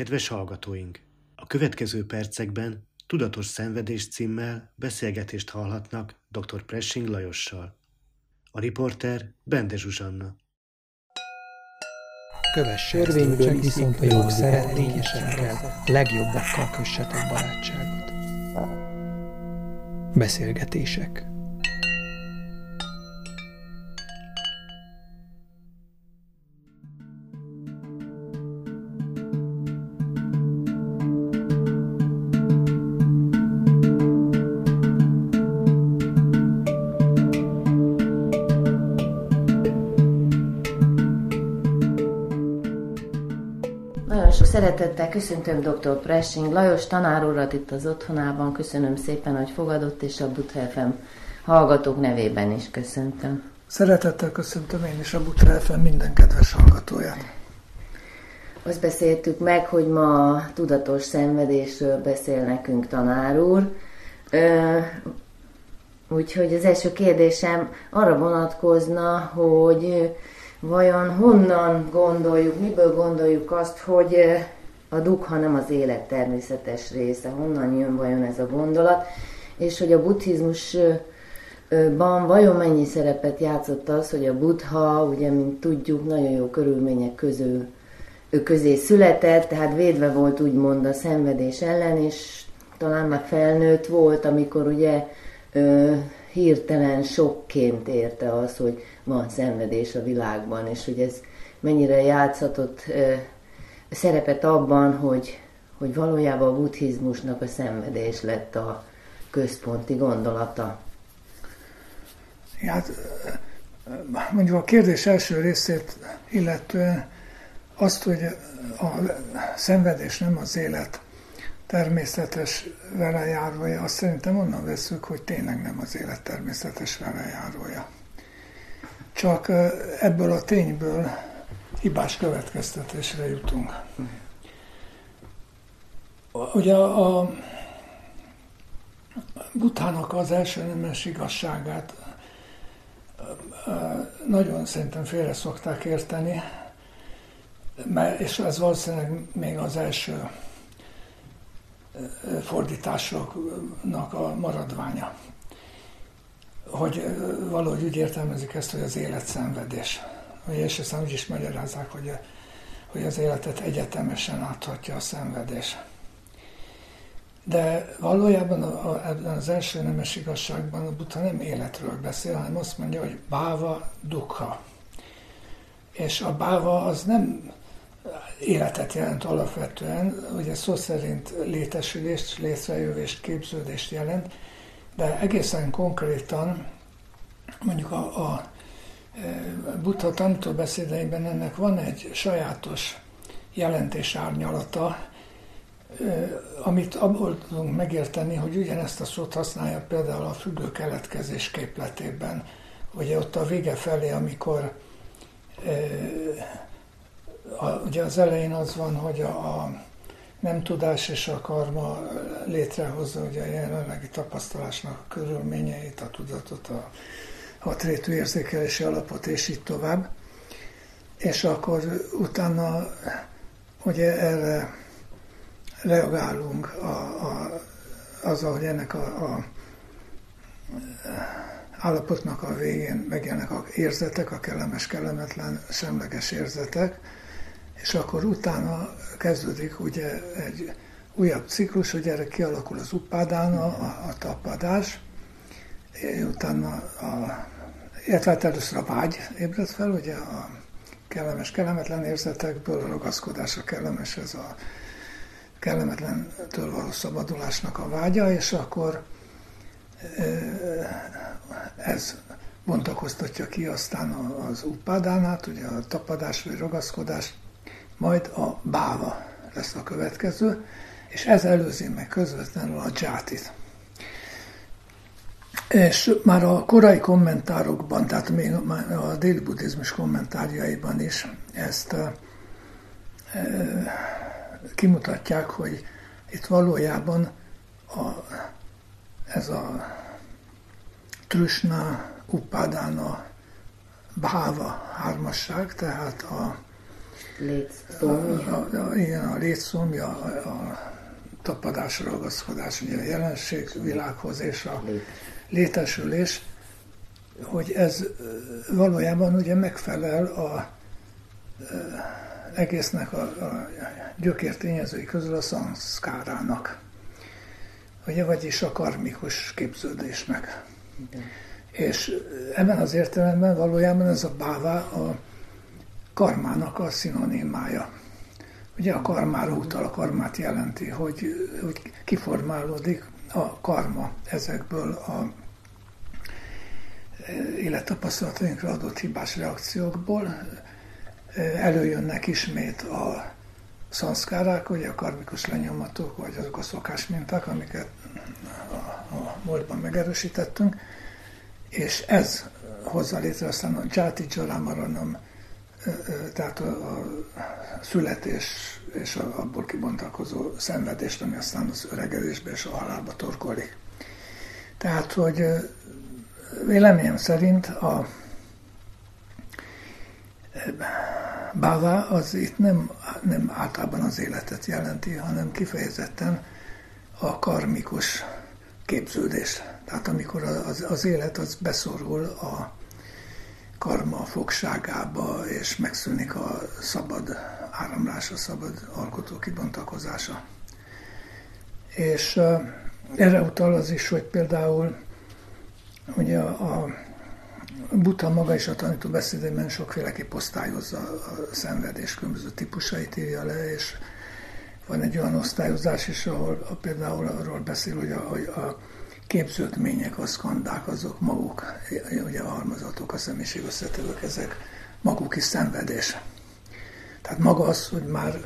Kedves hallgatóink! A következő percekben Tudatos szenvedés címmel beszélgetést hallhatnak dr. Pressing Lajossal. A riporter Bende Zsuzsanna. Törvényből viszont a jók szeretényesekkel, legjobbakkal kössetek barátságot. Beszélgetések. Szeretettel köszöntöm dr. Pressing Lajos tanár urat itt az otthonában. Köszönöm szépen, hogy fogadott, és a Buddha FM hallgatók nevében is köszöntöm. Szeretettel köszöntöm én is a Buddha FM minden kedves hallgatóját. Azt beszéltük meg, hogy ma tudatos szenvedésről beszél nekünk tanár úr. Úgyhogy az első kérdésem arra vonatkozna, hogy vajon honnan gondoljuk, miből gondoljuk azt, hogy a dukkha nem az élet természetes része, honnan jön vajon ez a gondolat, és hogy a buddhizmusban vajon mennyi szerepet játszott az, hogy a Buddha, ugye, mint tudjuk, nagyon jó körülmények közé született, tehát védve volt úgymond a szenvedés ellen, és talán már felnőtt volt, amikor ugye hirtelen sokként érte az, hogy van szenvedés a világban, és hogy ez mennyire játszhatott szerepet abban, hogy valójában a buddhizmusnak a szenvedés lett a központi gondolata. Hát, mondjuk a kérdés első részét illetően azt, hogy a szenvedés nem az élet természetes velejárója, azt szerintem onnan veszük, hogy tényleg nem az élet természetes velejárója. Csak ebből a tényből hibás következtetésre jutunk. Ugye a Buddhának az első nemes igazságát nagyon szerintem félre szokták érteni, és ez valószínűleg még az első fordításoknak a maradványa. Hogy valahogy úgy értelmezik ezt, hogy az élet szenvedés. És aztán úgy is magyarázzák, hogy az életet egyetemesen áthatja a szenvedés. De valójában ebben az első nemes igazságban a Buddha nem életről beszél, hanem azt mondja, hogy bhava dukkha. És a bhava az nem életet jelent alapvetően, ugye szó szerint létesülést, létrejövést, képződést jelent, de egészen konkrétan mondjuk a Buddha tanítóbeszédeiben ennek van egy sajátos jelentésárnyalata, amit abból tudunk megérteni, hogy ugyanezt a szót használja például a függő keletkezés képletében. Ugye ott a vége felé, amikor ugye az elején az van, hogy a nem tudás és a karma létrehozza ugye a jelenlegi tapasztalásnak a körülményeit, a tudatot, a hatrétű érzékelési alapot, és így tovább. És akkor utána ugye erre reagálunk azzal, hogy ennek a állapotnak a végén megjelennek az érzetek, a kellemes, kellemetlen, semleges érzetek, és akkor utána kezdődik ugye egy újabb ciklus, hogy erre kialakul az upádána, a tapadás, utána illetve először a vágy ébred fel, ugye a kellemes, kellemetlen érzetekből, a ragaszkodás a kellemes, ez a kellemetlentől való szabadulásnak a vágya, és akkor ez bontakoztatja ki aztán az upádánát, ugye a tapadás vagy ragaszkodás, majd a báva lesz a következő, és ez előzi meg közvetlenül a dzsátit. És már a korai kommentárokban, tehát még a déli buddhizmus kommentárjaiban is ezt kimutatják, hogy itt valójában ez a trishna, upadana, bhava hármasság, tehát létszomj. Igen, a létszomj, a tapadás, ragaszkodás, ugye a jelenségvilághoz és a létesülés, hogy ez valójában ugye megfelel a egésznek a gyökértényezői közül a szanszkárának, ugye, vagyis a karmikus képződésnek. És ebben az értelemben valójában ez a báva a karmának a szinonimája. Ugye a karmára utal, a karmát jelenti, hogy kiformálódik a karma ezekből a élettapasztalatainkra adott hibás reakciókból. Előjönnek ismét a szanszkárák, ugye a karmikus lenyomatok, vagy azok a szokásminták, amiket a múltban megerősítettünk, és ez hozza létre aztán a Jati Jaramaranam, tehát a születés és abból kibontakozó szenvedést, ami aztán az öregedésbe és a halálba torkollik. Tehát, hogy véleményem szerint a báva az itt nem általában az életet jelenti, hanem kifejezetten a karmikus képződést. Tehát amikor az élet az beszorul a karma fogságába, és megszűnik a szabad áramlás, a szabad alkotó kibontakozása. És erre utal az is, hogy például ugye a Buddha maga is a tanító beszédében sokféleképp osztályozza a szenvedés különböző típusait írja le, és van egy olyan osztályozás is, ahol például arról beszél, hogy a képződmények, a szkandák, azok maguk, ugye a halmazatok, a személyiség összetevők, ezek maguk is szenvedés. Tehát maga az, hogy már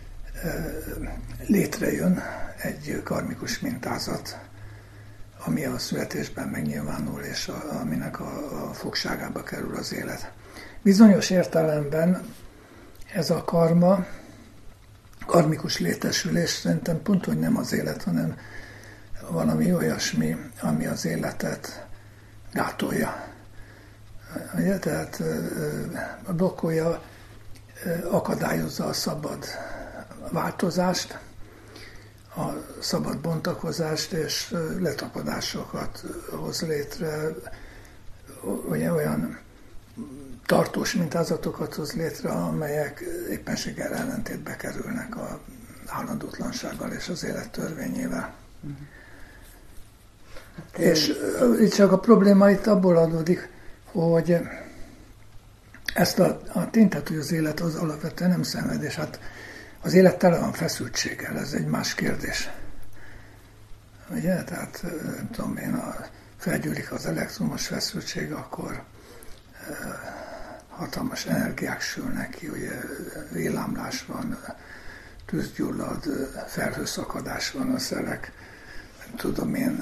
létrejön egy karmikus mintázat, ami a születésben megnyilvánul, és aminek a fogságába kerül az élet. Bizonyos értelemben ez a karmikus létesülés szerintem pont, hogy nem az élet, hanem valami olyasmi, ami az életet gátolja. Ugye? Tehát blokkolja, akadályozza a szabad változást, a szabad bontakozást, és letapadásokat hoz létre, ugye olyan tartós mintázatokat hoz létre, amelyek éppenséggel ellentétbe kerülnek az állandótlansággal és az élet törvényével. És itt csak a probléma itt abból adódik, hogy ezt a ténytet, hogy az élet az alapvetően nem szenvedés. Hát az élet tele van feszültséggel, ez egy más kérdés. Ugye? Tehát nem tudom én, felgyűlik az elektromos feszültség, akkor hatalmas energiák sülnek ki, ugye villámlás van, tűzgyullad, felhőszakadás van a szerek, nem tudom én,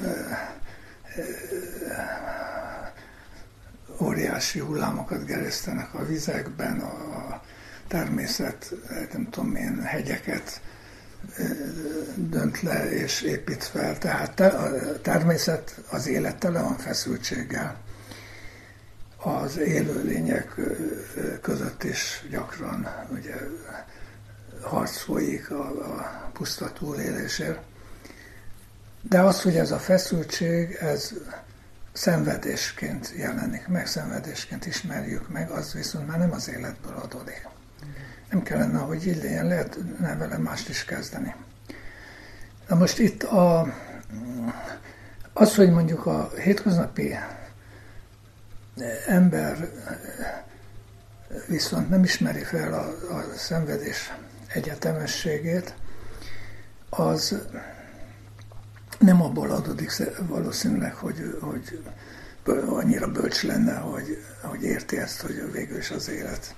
óriási hullámokat gerjesztenek a vizekben, a természet, nem tudom én, hegyeket dönt le és épít fel. Tehát a természet, az élet tele van feszültséggel. Az élőlények között is gyakran ugye, harc folyik a puszta túlélésért. De az, hogy ez a feszültség, ez szenvedésként jelenik meg, szenvedésként ismerjük meg, az viszont már nem az életből adódik. Nem kellene, hogy így legyen, lehetne vele mást is kezdeni. Na most itt az, hogy mondjuk a hétköznapi ember viszont nem ismeri fel a szenvedés egyetemességét, az nem abból adódik valószínűleg, hogy annyira bölcs lenne, hogy érti ezt, hogy végül is az élet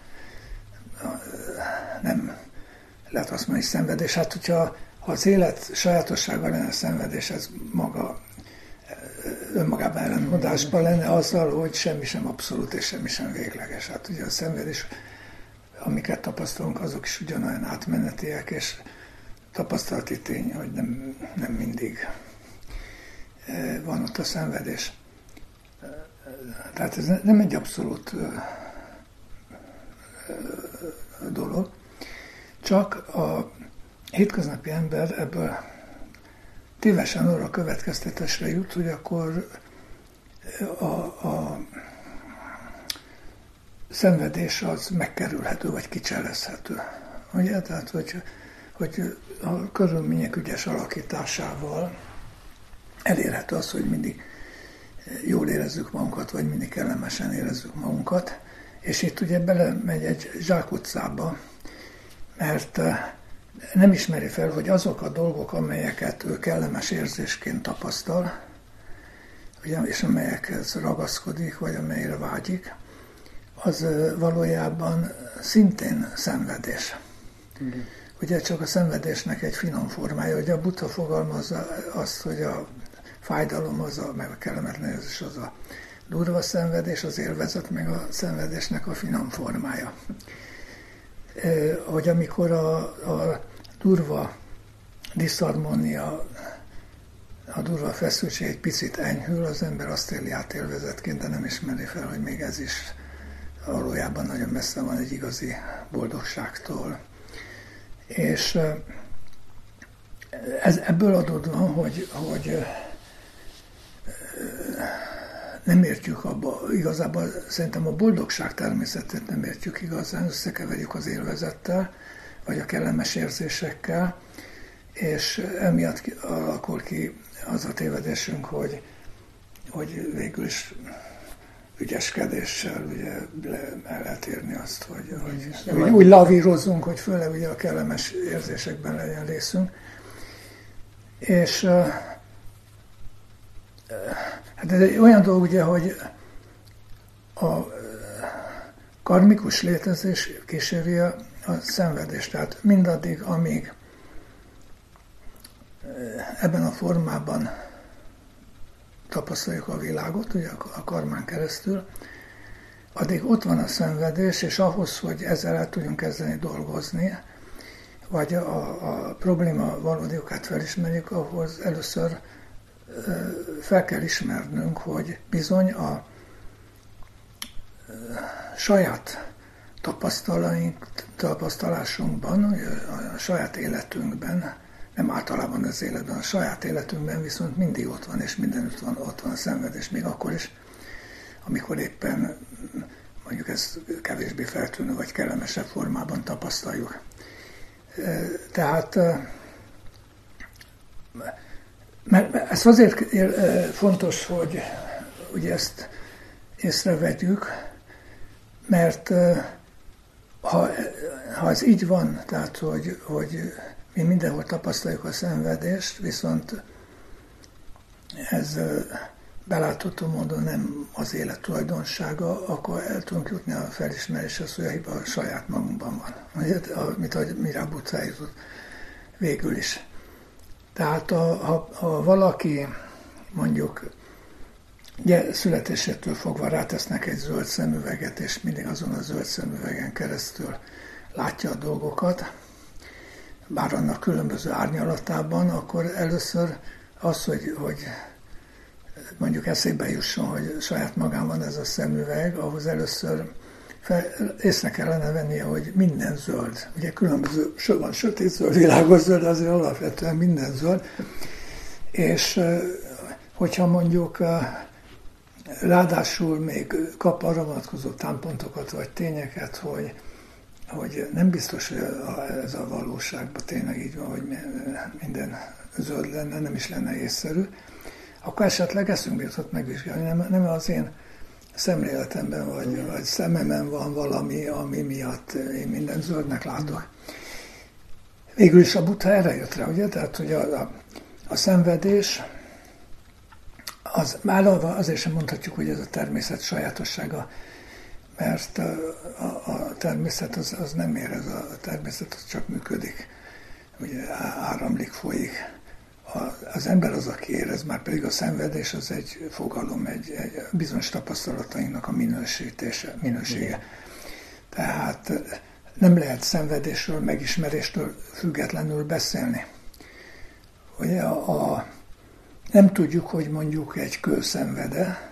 nem lehet azt mondani, hogy szenvedés. Hát, hogyha az élet sajátossága lenne a szenvedés, ez maga önmagában ellenmondásban lenne azzal, hogy semmi sem abszolút és semmi sem végleges. Hát ugye a szenvedés, amiket tapasztalunk, azok is ugyanolyan átmenetiek, és tapasztalati tény, hogy nem mindig van ott a szenvedés. Tehát ez nem egy abszolút dolog. Csak a hétköznapi ember ebből tévesen arra következtetésre jut, hogy akkor a szenvedés az megkerülhető, vagy kicselezhető. Ugye? Tehát, hogy a körülmények ügyes alakításával elérhető az, hogy mindig jól érezzük magunkat, vagy mindig kellemesen érezzük magunkat. És itt ugye belemegy egy zsákutcába, mert nem ismeri fel, hogy azok a dolgok, amelyeket ő kellemes érzésként tapasztal, ugye, és amelyekhez ragaszkodik, vagy amelyre vágyik, az valójában szintén szenvedés. Igen. Ugye csak a szenvedésnek egy finom formája, hogy a Buddha fogalmazza azt, hogy a fájdalom az meg a kellemetlen érzés az a durva szenvedés, az élvezet meg a szenvedésnek a finom formája. Hogy amikor a durva diszharmónia, a durva feszültség egy picit enyhül, az ember azt éli át élvezetként, de nem ismeri fel, hogy még ez is valójában nagyon messze van egy igazi boldogságtól. És ez ebből adódóan, hogy nem értjük abba, igazából szerintem a boldogság természetét nem értjük igazán, összekeverjük az élvezettel, vagy a kellemes érzésekkel, és emiatt alakul ki az a tévedésünk, hogy végül is ügyeskedéssel ugye el lehet érni azt, hogy úgy lavírozzunk, hogy főleg ugye a kellemes érzésekben legyen részünk. És hát ez egy olyan dolog, ugye, hogy a karmikus létezés kíséri a szenvedést. Tehát mindaddig, amíg ebben a formában tapasztaljuk a világot, ugye a karmán keresztül, addig ott van a szenvedés, és ahhoz, hogy ezzel el tudjunk kezdeni dolgozni, vagy a probléma valódi okát felismerjük, ahhoz először fel kell ismernünk, hogy bizony a saját tapasztalásunkban, a saját életünkben, nem általában az életben, a saját életünkben viszont mindig ott van, és mindenütt ott van a szenvedés, még akkor is, amikor éppen mondjuk ez kevésbé feltűnő vagy kellemesebb formában tapasztaljuk. Tehát ez azért fontos, hogy ugye ezt észrevegyük, mert ha ez így van, tehát hogy mi mindenhol tapasztaljuk a szenvedést, viszont ez belátható módon nem az élet tulajdonsága, akkor el tudunk jutni a felismeréshez, hogy a hiba a saját magunkban van, mire a Buddha jutott végül is. Tehát ha valaki mondjuk születésétől fogva rátesznek egy zöld szemüveget, és mindig azon a zöld szemüvegen keresztül látja a dolgokat, bár annak különböző árnyalatában, akkor először az, hogy mondjuk eszébe jusson, hogy saját magán van ez a szemüveg, ahhoz először észre kellene vennie, hogy minden zöld. Ugye különböző, van sötét zöld, világos zöld, azért alapvetően minden zöld. És hogyha mondjuk ráadásul még kap arra vonatkozó támpontokat vagy tényeket, hogy nem biztos, hogy ez a valóságban tényleg így van, hogy minden zöld lenne, nem is lenne észszerű, akkor esetleg eszünkbe jutott megvizsgálni. Nem az én szemléletemben vagy szememen van valami, ami miatt én minden zöldnek látok. Végül is a Buddha erre jött rá, ugye? Tehát, hogy a szenvedés, már azért sem mondhatjuk, hogy ez a természet sajátossága, mert a természet az nem érez, a természet az csak működik, ugye áramlik, folyik. Az ember az, aki érez, már pedig a szenvedés az egy fogalom, egy bizonyos tapasztalatainknak a minősége. Tehát nem lehet szenvedésről, megismeréstől függetlenül beszélni. Ugye nem tudjuk, hogy mondjuk egy kő szenvede,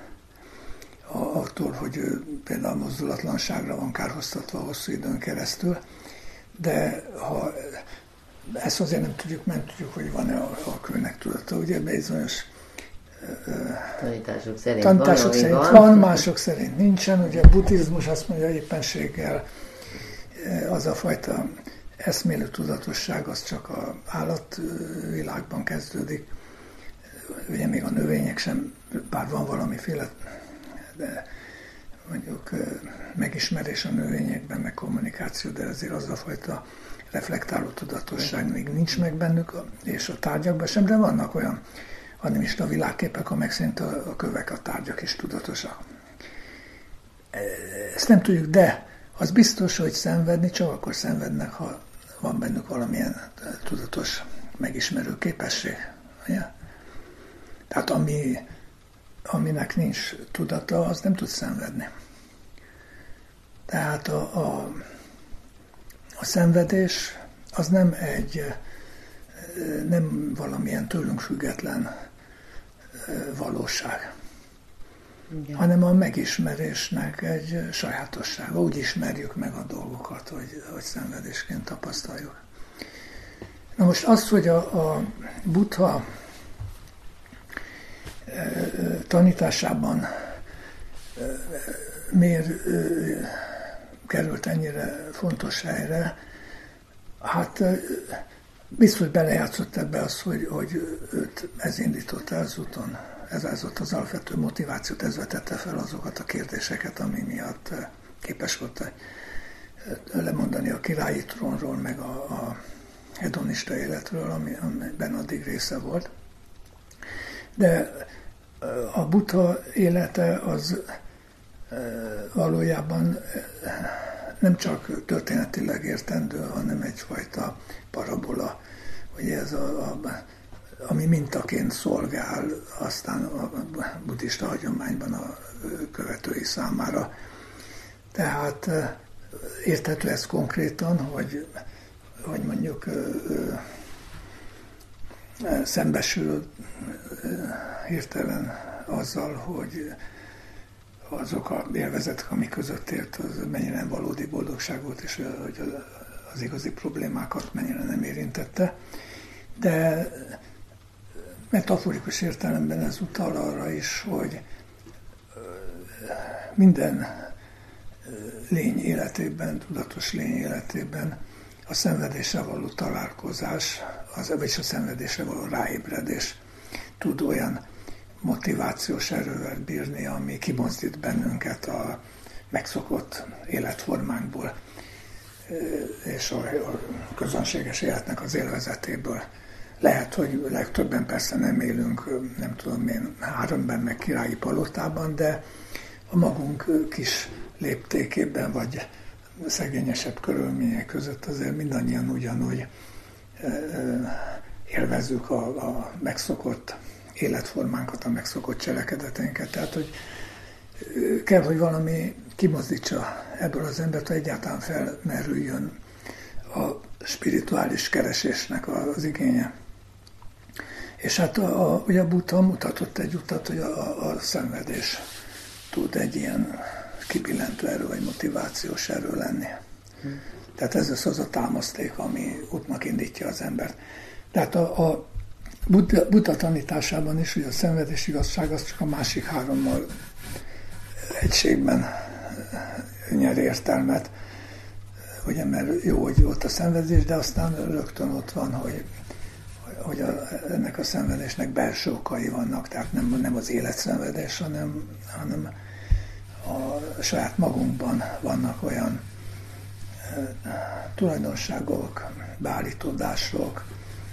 attól, hogy ő például mozdulatlanságra van kárhoztatva hosszú időn keresztül, De ha ezt azért nem tudjuk, hogy van-e a kőnek tudata, ugye bizonyos tanítások szerint van, mások szerint nincsen. Ugye a buddhizmus azt mondja, éppenséggel az a fajta eszmélő tudatosság az csak az állatvilágban kezdődik. Ugye még a növények sem, bár van valamiféle, de mondjuk megismerés a növényekben, meg kommunikáció, de azért az a fajta reflektáló tudatosság még nincs meg bennük, és a tárgyakban sem, de vannak olyan animista világképek, amelyek szerint a kövek, a tárgyak is tudatosak. Ezt nem tudjuk, de az biztos, hogy szenvedni csak akkor szenvednek, ha van bennük valamilyen tudatos megismerő képesség. Ugye? Tehát aminek nincs tudata, az nem tud szenvedni. Tehát a szenvedés az nem valamilyen tőlünk független valóság, igen, hanem a megismerésnek egy sajátossága. Úgy ismerjük meg a dolgokat, hogy szenvedésként tapasztaljuk. Na most az, hogy a Buddha tanításában miért került ennyire fontos helyre, hát biztos belejátszott ebbe az, hogy őt ez indította az úton. Ez volt az alapvető motivációt, ez vetette fel azokat a kérdéseket, ami miatt képes volt lemondani a királyi trónról, meg a hedonista életről, amiben addig része volt. De a Buddha élete az valójában nem csak történetileg értendő, hanem egyfajta parabola, ugye ez ami mintaként szolgál aztán a buddhista hagyományban a követői számára. Tehát érthető ez konkrétan, hogy mondjuk szembesül hirtelen azzal, hogy azok a élvezetek, amik között élt, az mennyire valódi boldogság volt, és hogy az igazi problémákat mennyire nem érintette. De metaforikus értelemben ez utal arra is, hogy minden lény életében, tudatos lény életében a szenvedéssel való találkozás, vagyis a szenvedéssel való ráébredés tud olyan motivációs erővel bírni, ami kimozdít bennünket a megszokott életformánkból és a közönséges életnek az élvezetéből. Lehet, hogy legtöbben persze nem élünk, nem tudom én, Háromben meg királyi palotában, de a magunk kis léptékében, vagy szegényesebb körülmények között azért mindannyian ugyanúgy élvezzük a megszokott életformánkat, a megszokott cselekedeteinket. Tehát, hogy kell, hogy valami kimozdítsa ebből az embert, hogy egyáltalán felmerüljön a spirituális keresésnek az igénye. És hát ugye a Buddha mutatott egy utat, hogy a szenvedés tud egy ilyen kibillentő erő, vagy motivációs erő lenni. Tehát ez az a támaszték, ami útnak indítja az embert. Tehát a Buddha tanításában is, hogy a szenvedés igazság az csak a másik hárommal egységben nyer értelmet. Ugye, mert jó, hogy ott a szenvedés, de aztán rögtön ott van, hogy ennek a szenvedésnek belső okai vannak, tehát nem az életszenvedés, hanem a saját magunkban vannak olyan tulajdonságok, beállítódások,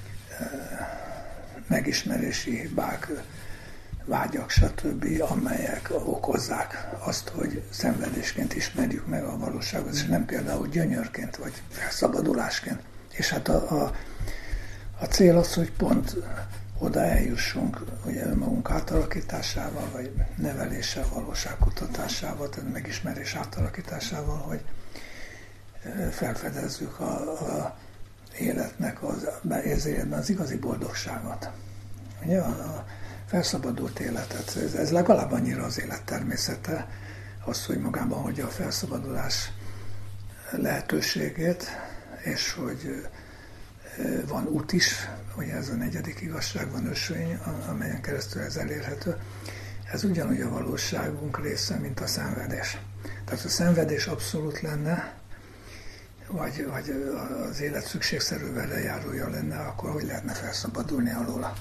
megismerési hibák, vágyak, stb., amelyek okozzák azt, hogy szenvedésként ismerjük meg a valóságot, és nem például gyönyörként, vagy felszabadulásként. És hát a cél az, hogy pont oda eljussunk, ugye önmagunk átalakításával, vagy neveléssel, valóságkutatásával, tehát megismerés átalakításával, hogy felfedezzük a életnek az érzéletben az igazi boldogságot. Ugye a felszabadult életet, ez legalább annyira az élet természete, az, hogy magában hagyja a felszabadulás lehetőségét, és hogy van út is, ugye ez a 4. igazság, van ösvény, amelyen keresztül ez elérhető. Ez ugyanúgy a valóságunk része, mint a szenvedés. Tehát a szenvedés abszolút lenne, vagy az élet szükségszerű velejárója lenne, akkor hogy lehetne felszabadulni alóla?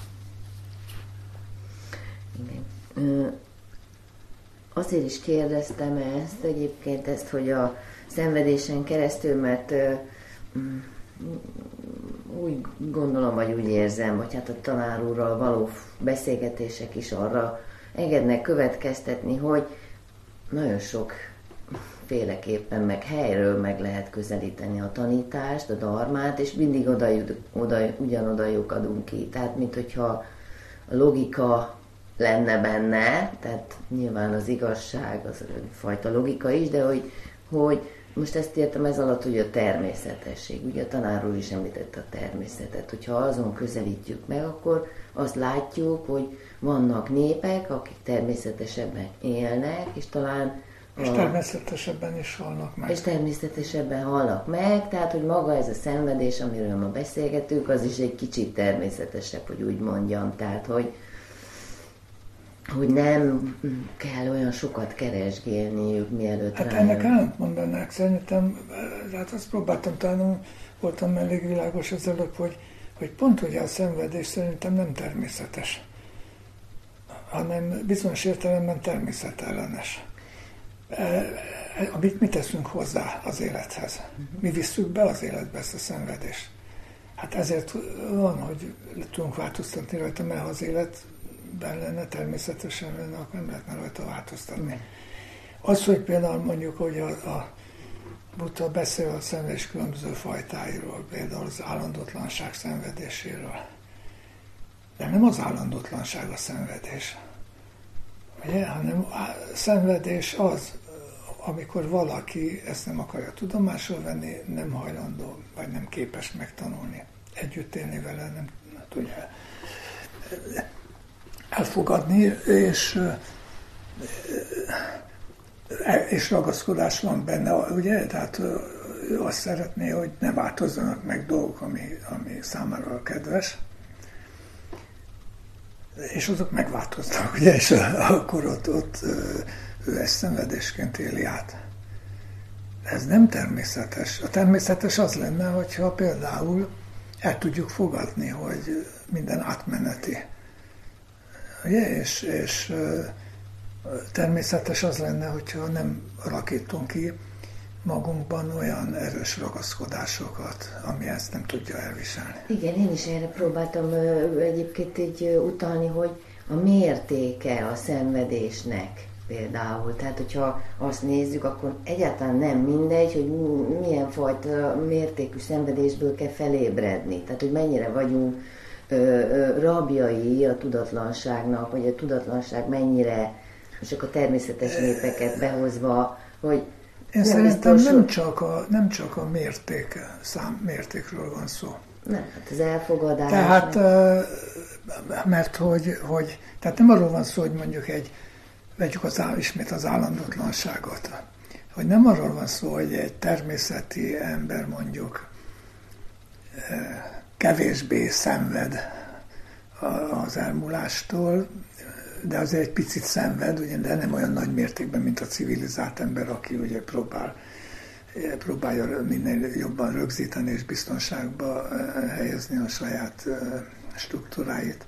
Igen. Azért is kérdeztem ezt, hogy a szenvedésen keresztül, mert úgy gondolom, vagy úgy érzem, hogy hát a tanár úrral való beszélgetések is arra engednek következtetni, hogy nagyon sok féleképpen, meg helyről meg lehet közelíteni a tanítást, a dharmát, és mindig ugyanoda lyukadunk ki. Tehát, mint hogyha a logika lenne benne, tehát nyilván az igazság, az fajta logika is, de hogy most ezt értem ez alatt, hogy a természetesség. Ugye a tanár úr is említette a természetet. Hogyha azon közelítjük meg, akkor azt látjuk, hogy vannak népek, akik természetesebben élnek, és talán és természetesebben is halnak meg. És természetesebben halnak meg, tehát, hogy maga ez a szenvedés, amiről ma beszélgetünk, az is egy kicsit természetesebb, hogy úgy mondjam. Tehát, hogy nem kell olyan sokat keresgélniük, mielőtt hát ennek ellent mondanák, szerintem, hát azt próbáltam találni, voltam elég világos az előbb, hogy pont ugye a szenvedés szerintem nem természetes, hanem bizonyos értelemben természetellenes. Amit mi teszünk hozzá az élethez. Mi visszük be az életbe ezt a szenvedést. Hát ezért van, hogy tudunk változtatni rajta, mert ha az életben lenne, természetesen lenne, akkor nem lehetne rajta változtatni. Az, hogy például mondjuk, hogy a Buddha beszél a szenvedés különböző fajtáiról, például az állandótlanság szenvedéséről. De nem az állandótlanság a szenvedés, ugye? Hanem a szenvedés az, amikor valaki ezt nem akarja tudomásul venni, nem hajlandó, vagy nem képes megtanulni. Együtt élni vele, nem tudja elfogadni, és ragaszkodás van benne, ugye? Tehát ő azt szeretné, hogy ne változzanak meg dolgok, ami számára kedves, és azok megváltoznak, ugye? És akkor ott ő ezt szenvedésként éli át. Ez nem természetes. A természetes az lenne, hogyha például el tudjuk fogadni, hogy minden átmeneti. Ugye? És természetes az lenne, hogyha nem alakítunk ki magunkban olyan erős ragaszkodásokat, ami ezt nem tudja elviselni. Igen, én is erre próbáltam egyébként így utalni, hogy a mértéke a szenvedésnek például. Tehát, hogyha azt nézzük, akkor egyáltalán nem mindegy, hogy milyen fajta mértékű szenvedésből kell felébredni. Tehát, hogy mennyire vagyunk rabjai a tudatlanságnak, vagy a tudatlanság mennyire, csak a természetes népeket behozva, hogy én szerintem nem csak a mértékről van szó. Nem, hát az elfogadás. Tehát, mert tehát nem arról van szó, hogy mondjuk vegyük ismét az állandótlanságot. Hogy nem arról van szó, hogy egy természeti ember mondjuk kevésbé szenved az elmúlástól, de azért egy picit szenved, ugye, de nem olyan nagy mértékben, mint a civilizált ember, aki ugye próbálja minél jobban rögzíteni és biztonságba helyezni a saját struktúráit.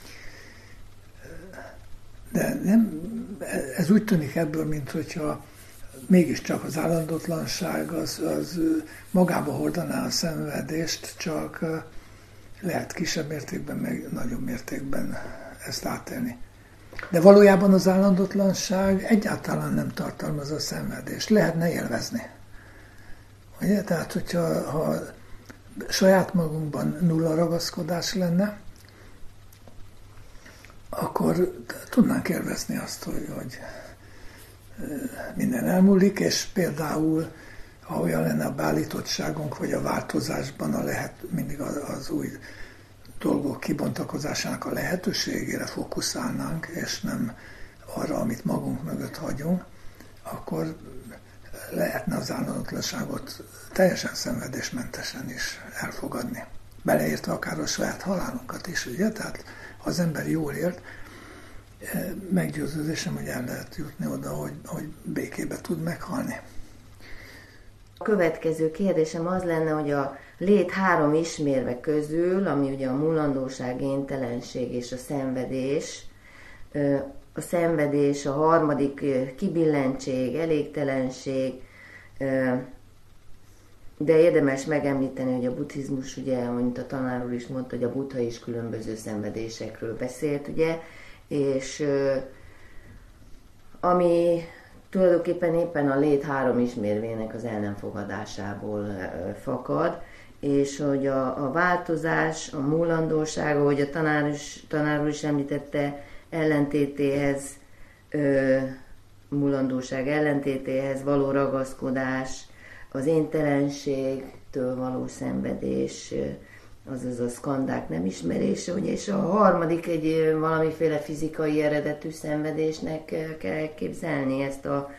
De nem, ez úgy tűnik ebből, mintha mégiscsak az állandótlanság az magába hordaná a szenvedést, csak lehet kisebb mértékben, meg nagyobb mértékben ezt átélni. De valójában az állandótlanság egyáltalán nem tartalmaz a szenvedést. Lehetne élvezni. Ugye? Tehát, hogyha saját magunkban nulla ragaszkodás lenne, akkor tudnánk élvezni azt, hogy minden elmúlik, és például, ha olyan lenne a beállítottságunk, vagy a változásban mindig az új dolgok kibontakozásának a lehetőségére fókuszálnánk, és nem arra, amit magunk mögött hagyunk, akkor lehetne az állandótlanságot teljesen szenvedésmentesen is elfogadni. Beleértve akár a saját halálunkat is, ugye? Tehát ha az ember jól élt, meggyőződésem, hogy el lehet jutni oda, hogy békébe tud meghalni. A következő kérdésem az lenne, hogy a lét 3 ismérve közül, ami ugye a mulandóság, éntelenség és a szenvedés, a harmadik kibillentség, elégtelenség, de érdemes megemlíteni, hogy a buddhizmus, ugye, mint a tanár úr is mondta, hogy a Buddha is különböző szenvedésekről beszélt, ugye, és ami tulajdonképpen éppen a lét 3 ismérvének az el nem fogadásából fakad, és hogy a változás, a múlandóság, ahogy a tanár úr is említette, ellentétéhez, múlandóság ellentétéhez való ragaszkodás, az éntelenségtől való szenvedés, azaz a szkandák nem ismerése, ugye, és a harmadik egy valamiféle fizikai eredetű szenvedésnek kell képzelni, ezt a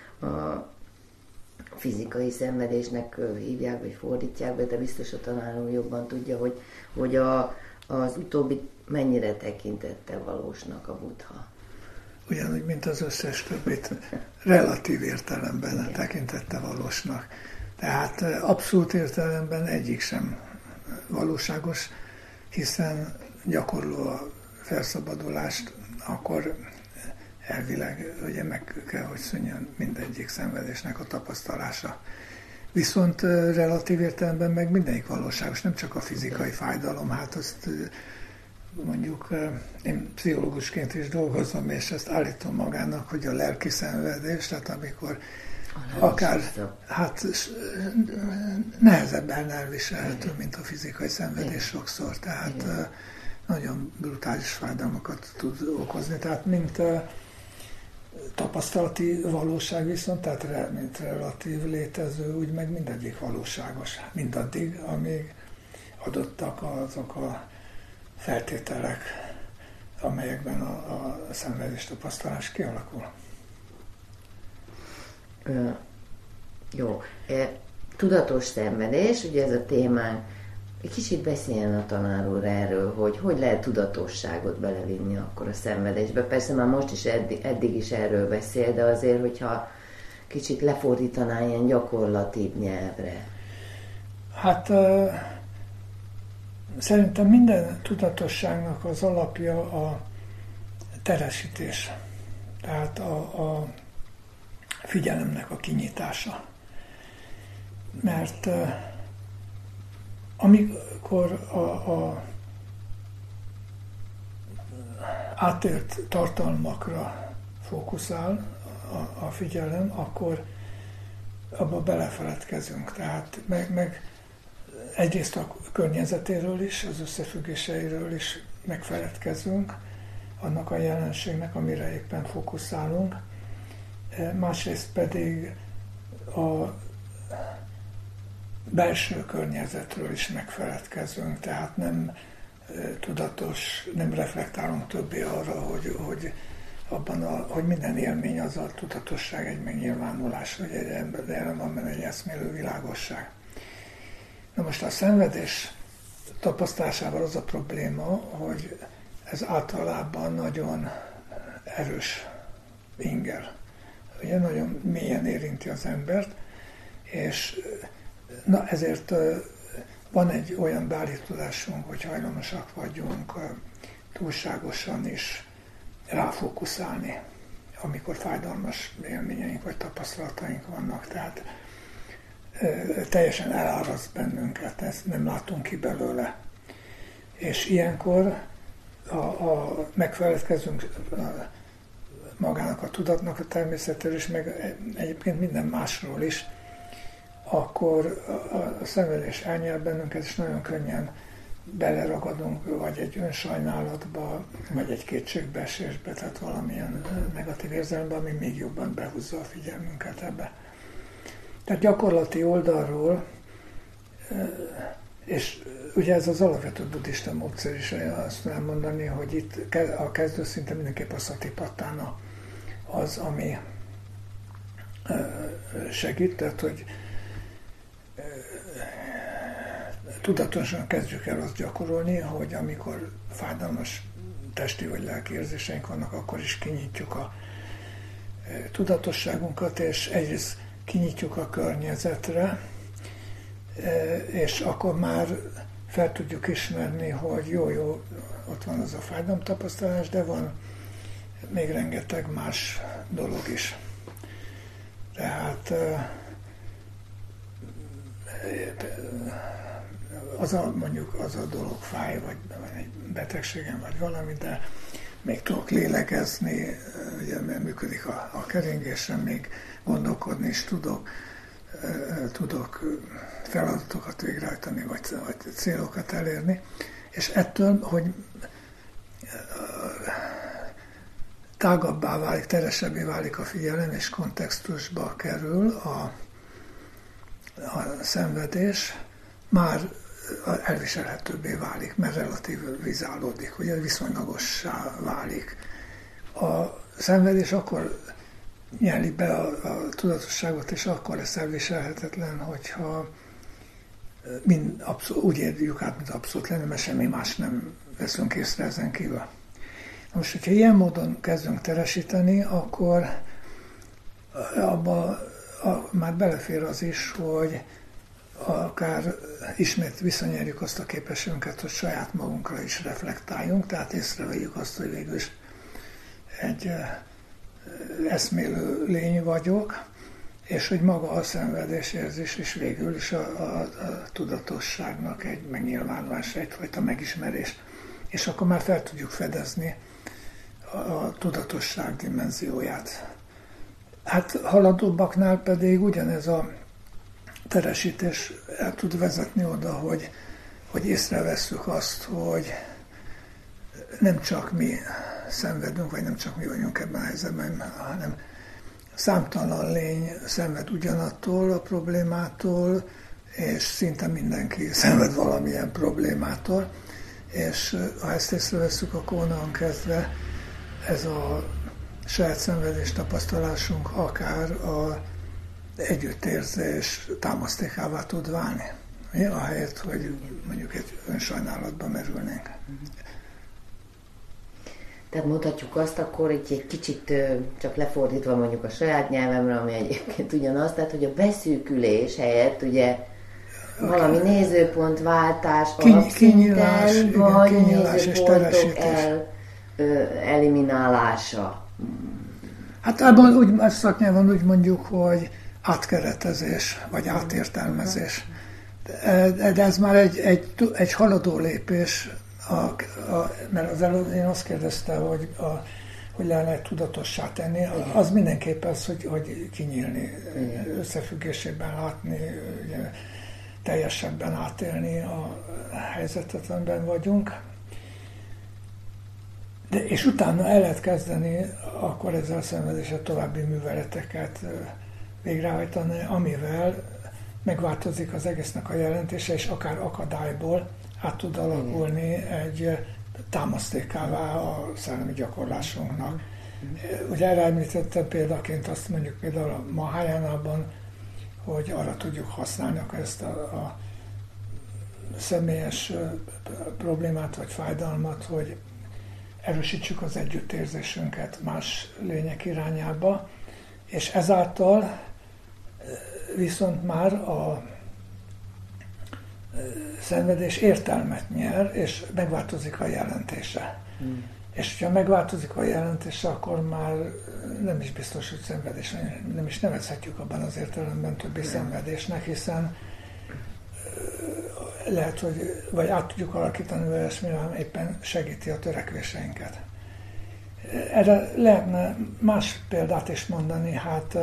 fizikai szenvedésnek hívják, vagy fordítják be, de biztos a tanár úr jobban tudja, hogy az utóbbi mennyire tekintette valósnak a Buddha. Ugyanúgy, mint az összes többit, relatív értelemben tekintette valósnak. Tehát abszolút értelemben egyik sem valóságos, hiszen gyakorló a felszabadulást, akkor elvileg ugye meg kell, hogy szűnjön mindegyik szenvedésnek a tapasztalása. Viszont relatív értelemben meg mindegyik valóságos, nem csak a fizikai fájdalom, hát azt mondjuk én pszichológusként is dolgozom, és ezt állítom magának, hogy a lelki szenvedés, tehát amikor akár hát nehezebben elviselhető, mint a fizikai szenvedés sokszor, tehát nagyon brutális fájdalmakat tud okozni, tehát mint tapasztalati valóság viszont, tehát mint relatív létező, úgy meg mindegyik valóságos, mindaddig, amíg adottak azok a feltételek, amelyekben a szenvedés tapasztalás kialakul. Jó. Tudatos szenvedés, ugye ez a témánk. Egy kicsit beszéljen a tanár úr erről, hogy lehet tudatosságot belevinni akkor a szenvedésbe. Persze már most is eddig is erről beszél, de azért, hogyha kicsit lefordítaná ilyen gyakorlatibb nyelvre. Hát szerintem minden tudatosságnak az alapja a teresítés. Tehát a figyelemnek a kinyitása. Mert amikor a átélt tartalmakra fókuszál a figyelem, akkor abba belefeledkezünk. Tehát meg egyrészt a környezetéről is, az összefüggéseiről is megfeledkezünk, annak a jelenségnek, amire éppen fókuszálunk. Másrészt pedig a belső környezetről is megfeledkezünk, tehát nem tudatos, nem reflektálunk többé arra, hogy minden élmény az a tudatosság egy megnyilvánulás, hogy egy emberben van benne egy eszmélő világosság. Na most a szenvedés tapasztalásával az a probléma, hogy ez általában nagyon erős inger. Ugye nagyon mélyen érinti az embert, és ezért van egy olyan beállításunk, hogy hajlamosak vagyunk túlságosan is ráfókuszálni, amikor fájdalmas élményeink vagy tapasztalataink vannak. Tehát teljesen eláraszt bennünket, ezt nem látunk ki belőle. És ilyenkor megfeledkezünk magának a tudatnak a természetéről is, meg egyébként minden másról is, akkor a szenvedés elnyel bennünket, és nagyon könnyen beleragadunk, vagy egy önsajnálatba, vagy egy kétségbeesésbe, tehát valamilyen negatív érzelembe, ami még jobban behúzza a figyelmünket ebbe. Tehát gyakorlati oldalról, és ugye ez az alapvető buddhista módszer is, azt tudom mondani, hogy itt a kezdő szinten mindenképp a szatipatthána az, ami segít, tehát hogy tudatosan kezdjük el azt gyakorolni, hogy amikor fájdalmas testi vagy lelki érzéseink vannak, akkor is kinyitjuk a tudatosságunkat, és egyrészt kinyitjuk a környezetre, és akkor már fel tudjuk ismerni, hogy jó, ott van az a fájdalomtapasztalás, de van még rengeteg más dolog is. Tehát mondjuk az a dolog fáj, vagy egy betegségem, vagy valami, de még tudok lélegezni, ugye működik a keringésem, még gondolkodni is tudok feladatokat végrehajtani, vagy célokat elérni, és ettől, hogy tágabbá válik, teresebbé válik a figyelem, és kontextusba kerül a szenvedés, már elviselhetőbbé válik, mert relativizálódik, ugye viszonylagossá válik. A szenvedés akkor nyeli be a tudatosságot, és akkor lesz elviselhetetlen, hogyha úgy érjük át, mint abszolút lenne, mert semmi más nem veszünk észre ezen kívül. Most, hogyha ilyen módon kezdünk teresíteni, akkor abba már belefér az is, hogy akár ismét visszanyerjük azt a képességünket, hogy saját magunkra is reflektáljunk, tehát észrevegyük azt, hogy végül is egy eszmélő lény vagyok, és hogy maga a szenvedésérzés is végül is a tudatosságnak egy megnyilvánulás, egyfajta megismerés. És akkor már fel tudjuk fedezni a tudatosság dimenzióját. Hát haladóbbaknál pedig ugyanez a teresítés el tud vezetni oda, hogy észrevesszük azt, hogy nem csak mi szenvedünk, vagy nem csak mi vagyunk ebben a helyzetben, hanem számtalan lény szenved ugyanattól a problémától, és szinte mindenki szenved valamilyen problémától, és ha ezt észrevesszük, akkor onnan kezdve ez a saját szenvedés tapasztalásunk akár az együttérzés támasztékává tud válni, ahelyett, hogy mondjuk egy önsajnálatba merülnénk. Tehát mondhatjuk azt akkor egy kicsit csak lefordítva mondjuk a saját nyelvemre, ami egyébként ugyanaz, tehát hogy a beszűkülés helyett ugye valami nézőpontváltás alapszinten, vagy nézőpontok eliminálása. Hát abban úgy, szaknyelven úgy mondjuk, hogy átkeretezés, vagy átértelmezés. De ez már egy haladó lépés, mert az előbb én azt kérdezte, hogy le lehet tudatossá tenni, az mindenképp az, hogy kinyílni, összefüggésében látni, ugye, teljesebben átélni a helyzetet, amiben vagyunk. És utána el lehet kezdeni akkor ezzel a szenvedéssel további műveleteket végrehajtani, amivel megváltozik az egésznek a jelentése, és akár akadályból át tud alakulni egy támasztékává a szellemi gyakorlásunknak. Ugye erre említettem példaként azt mondjuk például a Mahayánában, hogy arra tudjuk használni ezt a személyes problémát vagy fájdalmat, hogy erősítsük az együttérzésünket más lények irányába, és ezáltal viszont már a szenvedés értelmet nyer, és megváltozik a jelentése. És ha megváltozik a jelentése, akkor már nem is biztos, hogy szenvedés, nem is nevezhetjük abban az értelemben többi szenvedésnek, hiszen lehet, hogy vagy át tudjuk alakítani olyasmire, hanem éppen segíti a törekvéseinket. Erre lehetne más példát is mondani, hát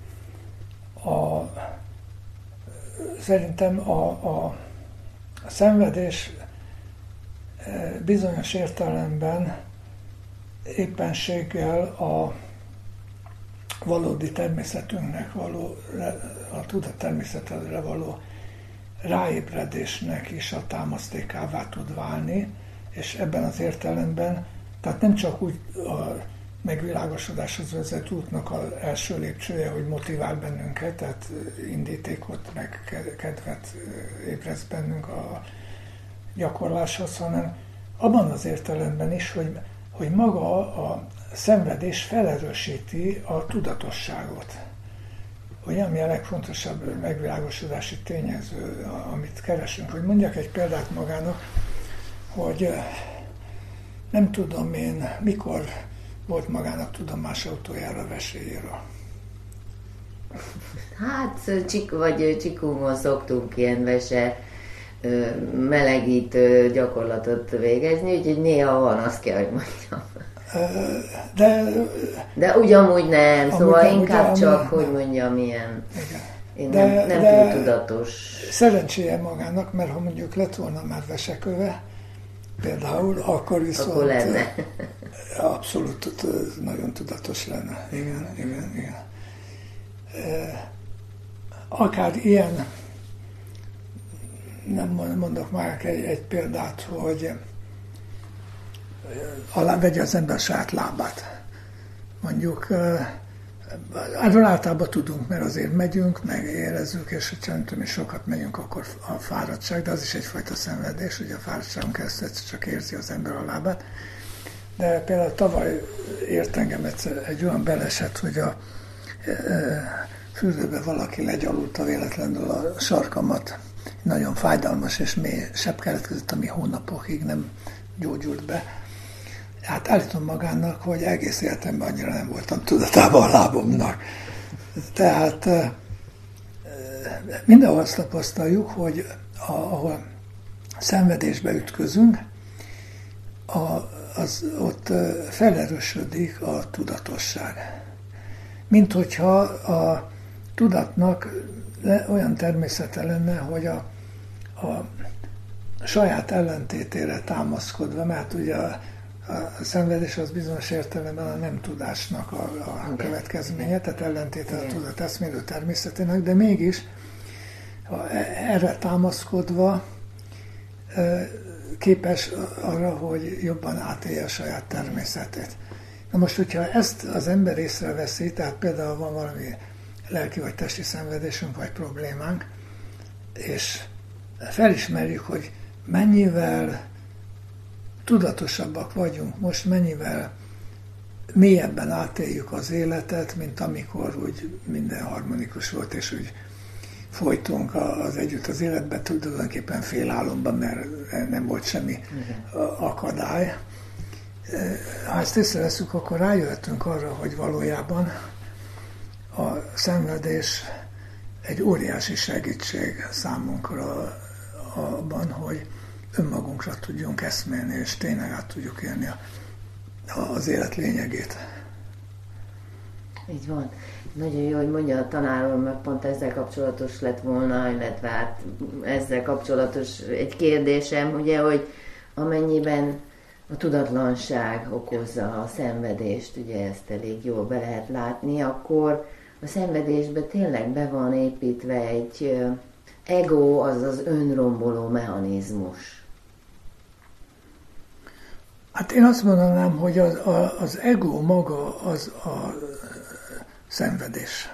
szerintem a szenvedés bizonyos értelemben éppenséggel a valódi természetünknek való, a tudattermészetre való ráébredésnek is a támasztékává tud válni, és ebben az értelemben, tehát nem csak úgy megvilágosodáshoz vezető útnak az első lépcsője, hogy motivál bennünket, tehát indítékot, meg kedvet ébreszt bennünk a gyakorláshoz, hanem abban az értelemben is, hogy maga a szenvedés felerősíti a tudatosságot. Hogy ami a legfontosabb megvilágosodási tényező, amit keresünk. Hogy mondjak egy példát magának, hogy nem tudom én, mikor volt magának tudomása utoljára vesélyéről. Hát, Csikóban szoktunk ilyen vese melegítő gyakorlatot végezni, úgyhogy néha van, azt kell, hogy mondjam. De ugyanúgy nem, szóval inkább csak, hogy mondjam, ilyen. Én nem túl tudatos. Szerencséje magának, mert ha mondjuk lett volna már veseköve, például, akkor viszont akkor lenne. Abszolút nagyon tudatos lenne. Igen. Akár ilyen, nem mondok már egy példát, hogy vegye az ember saját lábát. Mondjuk, erről általában tudunk, mert azért megyünk, meg érezzük, és ha csendben is sokat megyünk, akkor a fáradtság, de az is egyfajta szenvedés, ugye a fáradtságon keresztül csak érzi az ember a lábát. De például tavaly ért engem egy olyan beleset, hogy a fürdőbe valaki legyalulta véletlenül a sarkamat. Nagyon fájdalmas és mély sebb keletkezett, ami hónapokig nem gyógyult be. Hát állítom magának, hogy egész életemben annyira nem voltam tudatában a lábomnak. Tehát mindenhol azt tapasztaljuk, hogy ahol szenvedésbe ütközünk, ott felerősödik a tudatosság. Mint hogyha a tudatnak olyan természete lenne, hogy a saját ellentétére támaszkodva, mert ugye a szenvedés az bizonyos értelemben a nem tudásnak a következménye, tehát ellentéte a tudat eszmélő természetének, de mégis erre támaszkodva képes arra, hogy jobban átélje a saját természetét. Na most, hogyha ezt az ember észreveszi, tehát például van valami lelki vagy testi szenvedésünk, vagy problémánk, és felismerjük, hogy mennyivel tudatosabbak vagyunk most, mennyivel mélyebben átéljük az életet, mint amikor úgy minden harmonikus volt, és úgy folytunk az együtt az életben, tulajdonképpen félálomban, mert nem volt semmi akadály. Ha ezt észreveszünk, akkor rájöhetünk arra, hogy valójában a szenvedés egy óriási segítség számunkra abban, hogy önmagunkra tudjunk eszmélni, és tényleg át tudjuk élni az élet lényegét. Így van. Nagyon jó, hogy mondja a tanár úr, mert pont ezzel kapcsolatos lett volna, illetve hát ezzel kapcsolatos egy kérdésem, ugye, hogy amennyiben a tudatlanság okozza a szenvedést, ugye ezt elég jól be lehet látni, akkor a szenvedésbe tényleg be van építve egy ego, azaz önromboló mechanizmus. Hát én azt mondanám, hogy az ego maga az a szenvedés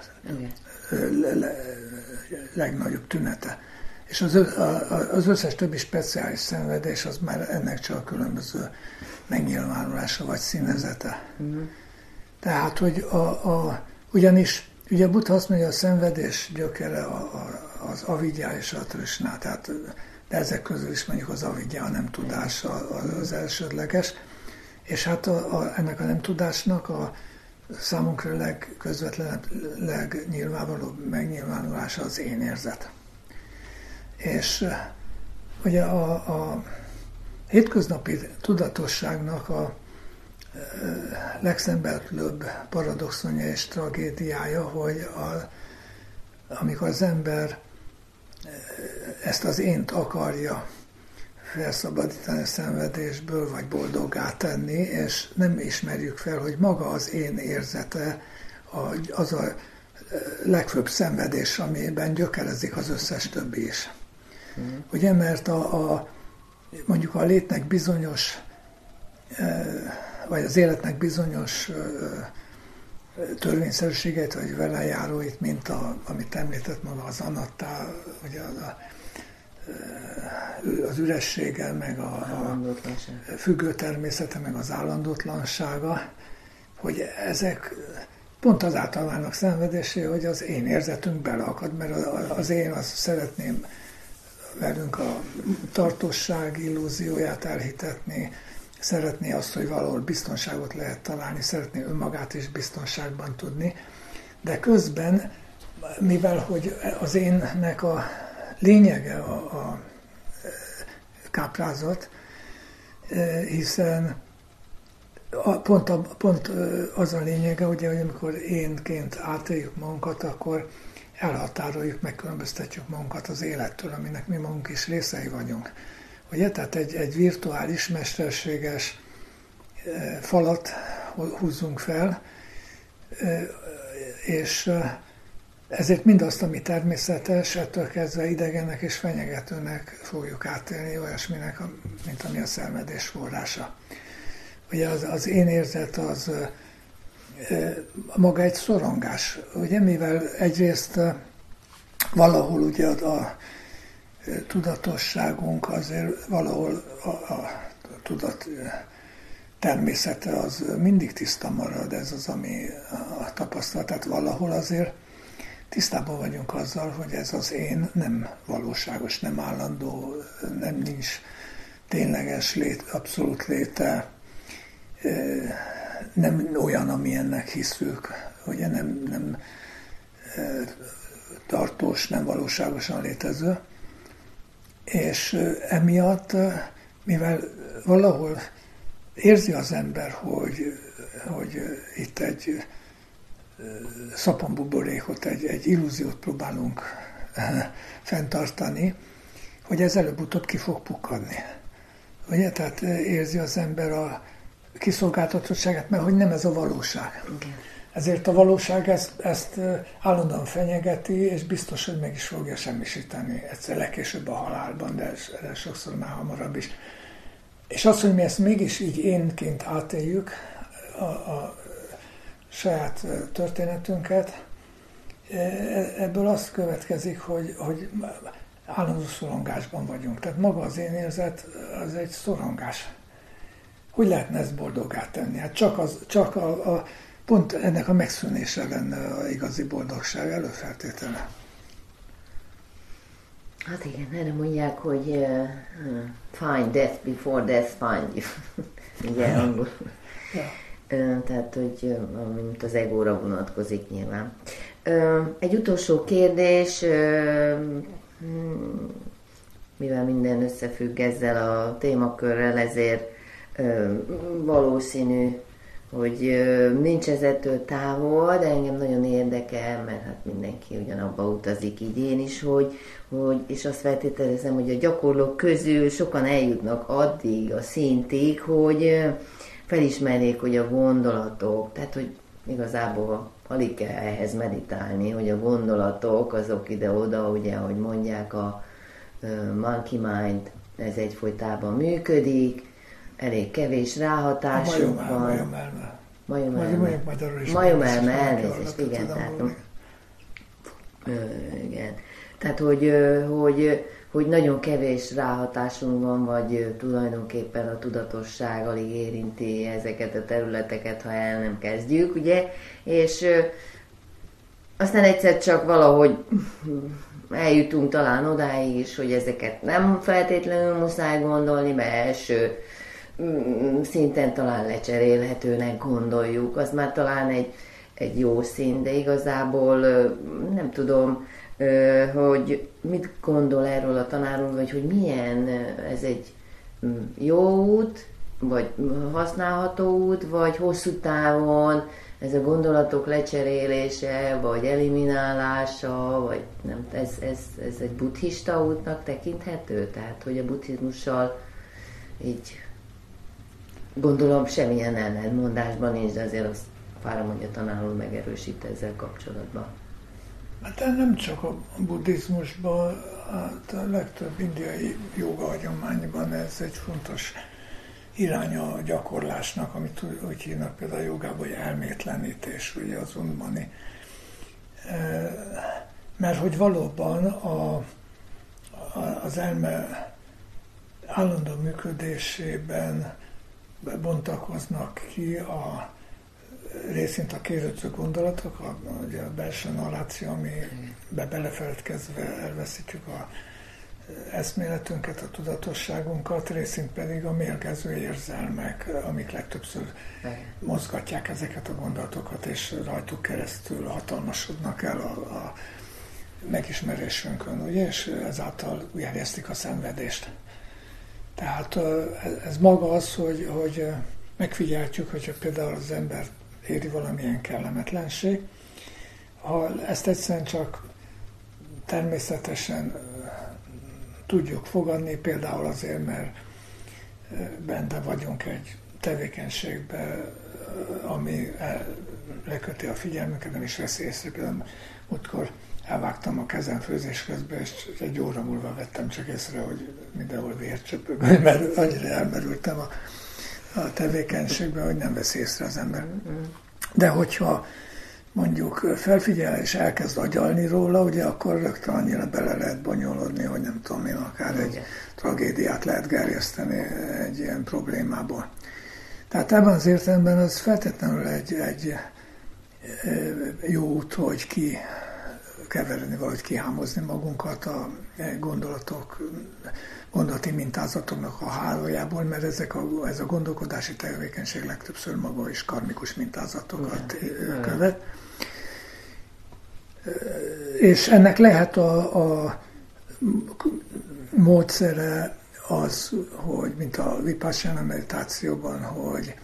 legnagyobb tünete. És az összes többi speciális szenvedés az már ennek csak különböző megnyilvánulása vagy színezete. Tehát, hogy ugyanis ugye Buddha azt mondja, a szenvedés gyökere az avidya és a trishna, tehát, de ezek közül is mondjuk az avidya, a nem tudás az elsődleges, és hát ennek a nem tudásnak a számunkra legközvetlenebb, legnyilvánvalóbb megnyilvánulása az én érzet. És ugye a hétköznapi tudatosságnak a legszembetűnőbb paradoxonja és tragédiája, hogy amikor az ember ezt az ént akarja felszabadítani a szenvedésből, vagy boldoggá tenni, és nem ismerjük fel, hogy maga az én érzete az a legfőbb szenvedés, amiben gyökerezik az összes többi is. Ugye, mert mondjuk a létnek bizonyos vagy az életnek bizonyos törvényszerűségeit, vagy vele járóit, mint amit említett maga az anatta, ugye az üressége, meg a függő természete, meg az állandótlansága, hogy ezek pont azáltal válnak szenvedésé, hogy az én érzetünk beleakad, mert az én azt szeretném velünk a tartóság illúzióját elhitetni, szeretné azt, hogy valahol biztonságot lehet találni, szeretné önmagát is biztonságban tudni, de közben, mivel hogy az énnek a lényege a káprázat, hiszen pont az a lényege, ugye, hogy amikor énként átéljük magunkat, akkor elhatároljuk, megkülönböztetjük magunkat az élettől, aminek mi magunk is részei vagyunk. Ugye? Tehát egy virtuális, mesterséges falat húzzunk fel, és ezért mindazt, ami természetes, ettől kezdve idegennek és fenyegetőnek fogjuk átélni olyasminek, mint ami a szenvedés forrása. Ugye az én érzet az maga egy szorongás, ugye, mivel egyrészt valahol ugye a tudatosságunk azért valahol a tudat természete az mindig tiszta marad, ez az, ami a tapasztalat, tehát valahol azért tisztában vagyunk azzal, hogy ez az én nem valóságos, nem állandó, nem nincs tényleges abszolút léte, nem olyan, amilyennek hiszük, ugye nem tartós, nem valóságosan létező. És emiatt, mivel valahol érzi az ember, hogy itt egy szaponbuborékot, egy illúziót próbálunk fenntartani, hogy ez előbb-utóbb ki fog pukkadni. Ugye? Tehát érzi az ember a kiszolgáltatottságát, mert hogy nem ez a valóság. Okay. Ezért a valóság ezt állandóan fenyegeti, és biztos, hogy meg is fogja semmisíteni egyszer legkésőbb a halálban, de ez sokszor már hamarabb is. És az, hogy mi ezt mégis így énként átéljük, a saját történetünket, ebből azt következik, hogy állandó szorongásban vagyunk. Tehát maga az én érzet, az egy szorongás. Hogy lehetne ezt boldoggá tenni? Hát csak pont ennek a megszűnése lenne az igazi boldogság előfeltétele. Hát igen, erre mondják, hogy find death before death find you. Ugye angol. Tehát, hogy mint az egóra vonatkozik nyilván. Egy utolsó kérdés, mivel minden összefügg ezzel a témakörrel, ezért valószínű, hogy nincs ez ettől távol, de engem nagyon érdekel, mert hát mindenki ugyanabba utazik, így én is, és azt feltételezem, hogy a gyakorlók közül sokan eljutnak addig a szintig, hogy felismerjék, hogy a gondolatok, tehát hogy igazából alig kell ehhez meditálni, hogy a gondolatok azok ide-oda, ugye, ahogy mondják, a monkey mind, ez egyfolytában működik, elég kevés ráhatásuk van. Majomelme, elnézést, igen. Igen. Tehát, hogy nagyon kevés ráhatásunk van, vagy tulajdonképpen a tudatosság alig érinti ezeket a területeket, ha el nem kezdjük, ugye? És aztán egyszer csak valahogy eljutunk talán odáig is, hogy ezeket nem feltétlenül muszáj gondolni, mert első szinten talán lecserélhetőnek gondoljuk, az már talán egy jó szint, de igazából nem tudom, hogy mit gondol erről a tanár úr, vagy hogy milyen ez egy jó út, vagy használható út, vagy hosszú távon ez a gondolatok lecserélése, vagy eliminálása, vagy nem, ez egy buddhista útnak tekinthető? Tehát, hogy a buddhizmussal így gondolom semmilyen ellentmondásban nincs, de azért azt várom, hogy a tanár úr megerősít ezzel kapcsolatban. Hát nem csak a buddhizmusban, hát a legtöbb indiai jóga hagyományban ez egy fontos iránya a gyakorlásnak, amit úgy hívnak például a jogában, hogy elmétlenítés, ugye az unmani. Mert hogy valóban az elme állandó működésében bontakoznak ki részint a kérődző gondolatok, ugye a belső narráció, amiben belefeledkezve elveszítjük a eszméletünket, a tudatosságunkat, részint pedig a mérgező érzelmek, amik legtöbbször mozgatják ezeket a gondolatokat, és rajtuk keresztül hatalmasodnak el a megismerésünkön, ugye, és ezáltal gerjesztik a szenvedést. Tehát ez maga az, hogy megfigyeltjük, hogyha például az ember éri valamilyen kellemetlenség, ha ezt egyszerűen csak természetesen tudjuk fogadni, például azért, mert benne vagyunk egy tevékenységben, ami leköti a figyelmünket, nem is veszi észre. Például múltkor elvágtam a kezem főzés közben, és egy óra múlva vettem csak észre, hogy mindenhol vér csöpög, mert annyira elmerültem a tevékenységben, hogy nem veszi észre az ember. De hogyha mondjuk felfigyel és elkezd agyalni róla, ugye akkor rögtön annyira bele lehet bonyolodni, hogy nem tudom én, akár egy tragédiát lehet gerjeszteni egy ilyen problémából. Tehát ebben az értelemben az feltétlenül egy jó út, hogy keverni, valahogy kihámozni magunkat a gondolati mintázatoknak a hálójából, mert ez a gondolkodási tevékenység legtöbbször maga is karmikus mintázatokat követ. És ennek lehet a módszere az, hogy mint a vipassana meditációban, hogy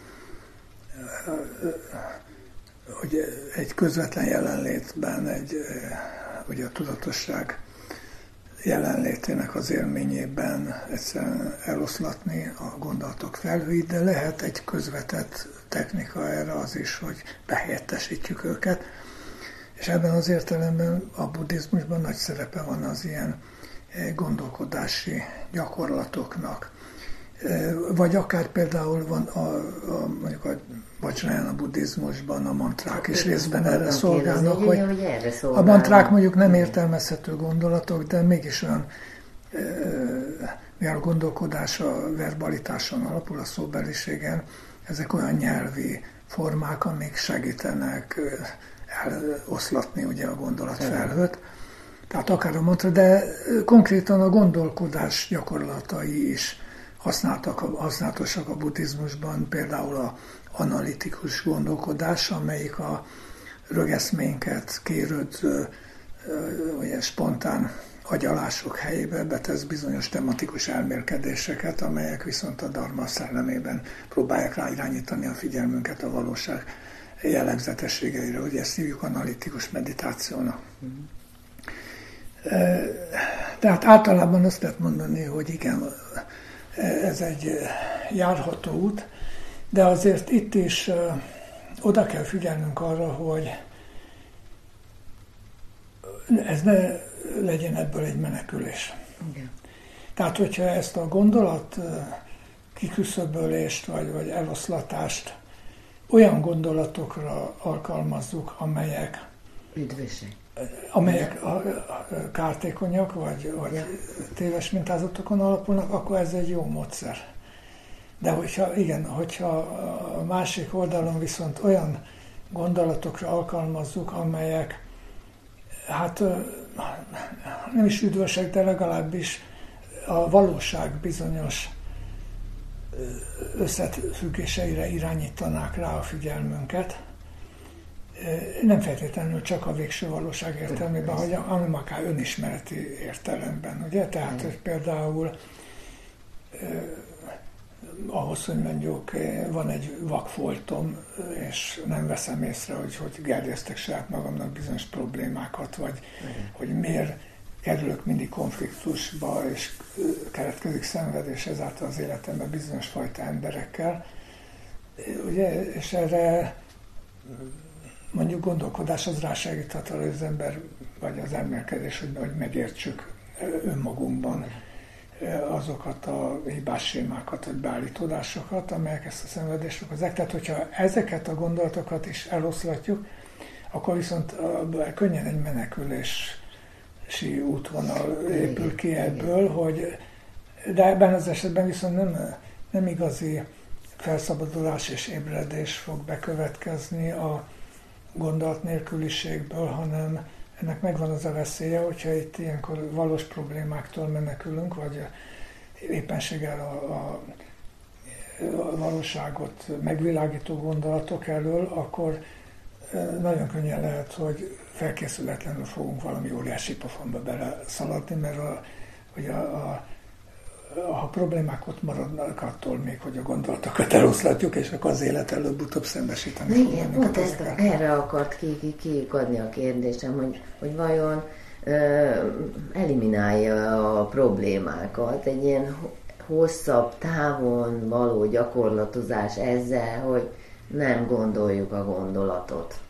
egy közvetlen jelenlétben, ugye a tudatosság jelenlétének az élményében egyszerűen eloszlatni a gondolatok felhőit, de lehet egy közvetett technika erre az is, hogy behelyettesítjük őket. És ebben az értelemben a buddhizmusban nagy szerepe van az ilyen gondolkodási gyakorlatoknak. Vagy akár például van mondjuk a Vajrayana buddhizmusban a mantrák is részben erre szolgálnak, hogy a mantrák mondjuk nem értelmezhető gondolatok, de mégis olyan, mivel a gondolkodás a verbalitáson alapul, a szóbeliségen, ezek olyan nyelvi formák, amik segítenek eloszlatni ugye a gondolatfelhőt. Tehát akár a mantra, de konkrétan a gondolkodás gyakorlatai is használatosak a buddhizmusban, például a analitikus gondolkodás, amelyik a rögeszményket kérődző, ugye spontán agyalások helyébe betesz bizonyos tematikus elmélkedéseket, amelyek viszont a dharma szellemében próbálják ráirányítani a figyelmünket a valóság jellegzetességeire. Ugye ezt hívjuk analitikus meditációnak. Tehát általában azt lehet mondani, hogy igen, ez egy járható út, de azért itt is oda kell figyelnünk arra, hogy ez ne legyen ebből egy menekülés. Igen. Tehát, hogyha ezt a gondolat kiküszöbölést vagy eloszlatást olyan gondolatokra alkalmazzuk, amelyek üdvösek, amelyek kártékonyak, vagy téves mintázatokon alapulnak, akkor ez egy jó módszer. De hogyha a másik oldalon viszont olyan gondolatokra alkalmazzuk, amelyek hát nem is üdvösek, de legalábbis a valóság bizonyos összefüggéseire irányítanák rá a figyelmünket, nem feltétlenül csak a végső valóság értelmében, hanem akár önismereti értelemben, ugye? Tehát, hogy például ahhoz, hogy mondjuk van egy vakfoltom, és nem veszem észre, hogy gerjesztek saját magamnak bizonyos problémákat, vagy hogy miért kerülök mindig konfliktusba, és keletkezik szenvedés ezáltal az életemben bizonyos fajta emberekkel. Ugye? És erre mondjuk gondolkodás az rásegíthet arra, hogy az ember, vagy az elmélkedés, hogy megértsük önmagunkban azokat a hibás sémákat, vagy beállítódásokat, amelyek ezt a szenvedést okozzák. Tehát, hogyha ezeket a gondolatokat is eloszlatjuk, akkor viszont könnyen egy menekülési útvonal épül ki ebből, de ebben az esetben viszont nem igazi felszabadulás és ébredés fog bekövetkezni a gondolat nélküliségből, hanem ennek megvan az a veszélye, hogyha itt ilyenkor valós problémáktól menekülünk, vagy éppenséggel a valóságot megvilágító gondolatok elől, akkor nagyon könnyen lehet, hogy felkészületlenül fogunk valami óriási pofonba beleszaladni, mert ha problémák ott maradnak attól még, hogy a gondolatokat eloszlatjuk, és akkor az élet előbb-utóbb szembesíteni fog. Igen, pont erre akart kiukadni a kérdésem, hogy vajon eliminálja a problémákat egy ilyen hosszabb távon való gyakorlatozás ezzel, hogy nem gondoljuk a gondolatot.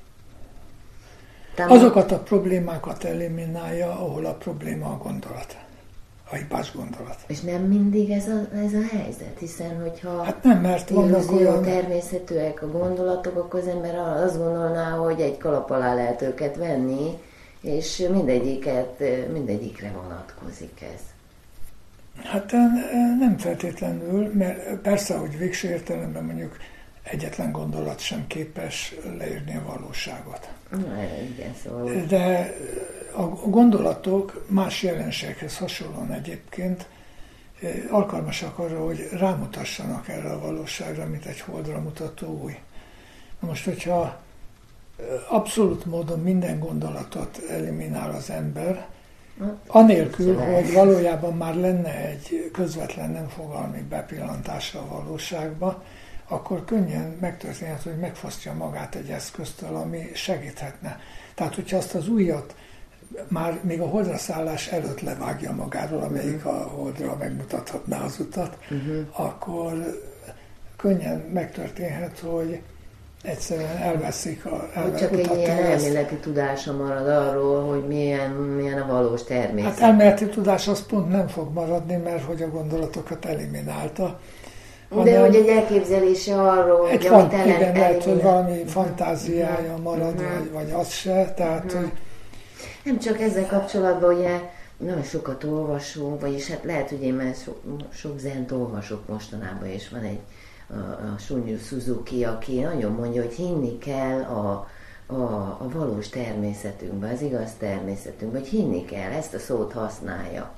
Azokat a problémákat eliminálja, ahol a probléma a gondolat. A hibás gondolat. És nem mindig ez a helyzet, hiszen hogyha hát nem, mert vannak olyan természetűek a gondolatok, akkor az ember azt gondolná, hogy egy kalap alá lehet őket venni, és mindegyikre vonatkozik ez. Hát nem feltétlenül, mert persze, hogy végső értelemben mondjuk egyetlen gondolat sem képes leírni a valóságot. Igen, szóval. De a gondolatok más jelenséghez hasonlóan egyébként alkalmasak arra, hogy rámutassanak erre a valóságra, mint egy holdra mutató új. Na most, hogyha abszolút módon minden gondolatot eliminál az ember, anélkül, hogy valójában már lenne egy közvetlen nem fogalmi bepillantása a valóságba, akkor könnyen megtörténhet, hogy megfosztja magát egy eszköztől, ami segíthetne. Tehát, hogyha azt az ujjat már még a holdra szállás előtt levágja magáról, amelyik a holdra megmutathatná az utat, akkor könnyen megtörténhet, hogy egyszerűen elveszik csak egy ilyen elméleti tudása marad arról, hogy milyen a valós természet. Hát elméleti tudás az pont nem fog maradni, mert hogy a gondolatokat eliminálta. De hogy egy elképzelése arról, hogy amit igen, lehet, hogy valami fantáziája marad, vagy az se, tehát, hogy... Nem csak ezzel kapcsolatban, ugye nagyon sokat olvasunk, vagyis hát lehet, hogy én már sok zent olvasok mostanában, és van egy a Shunryu Suzuki, aki nagyon mondja, hogy hinni kell a valós természetünkben, az igaz természetünkben, hogy hinni kell, ezt a szót használja.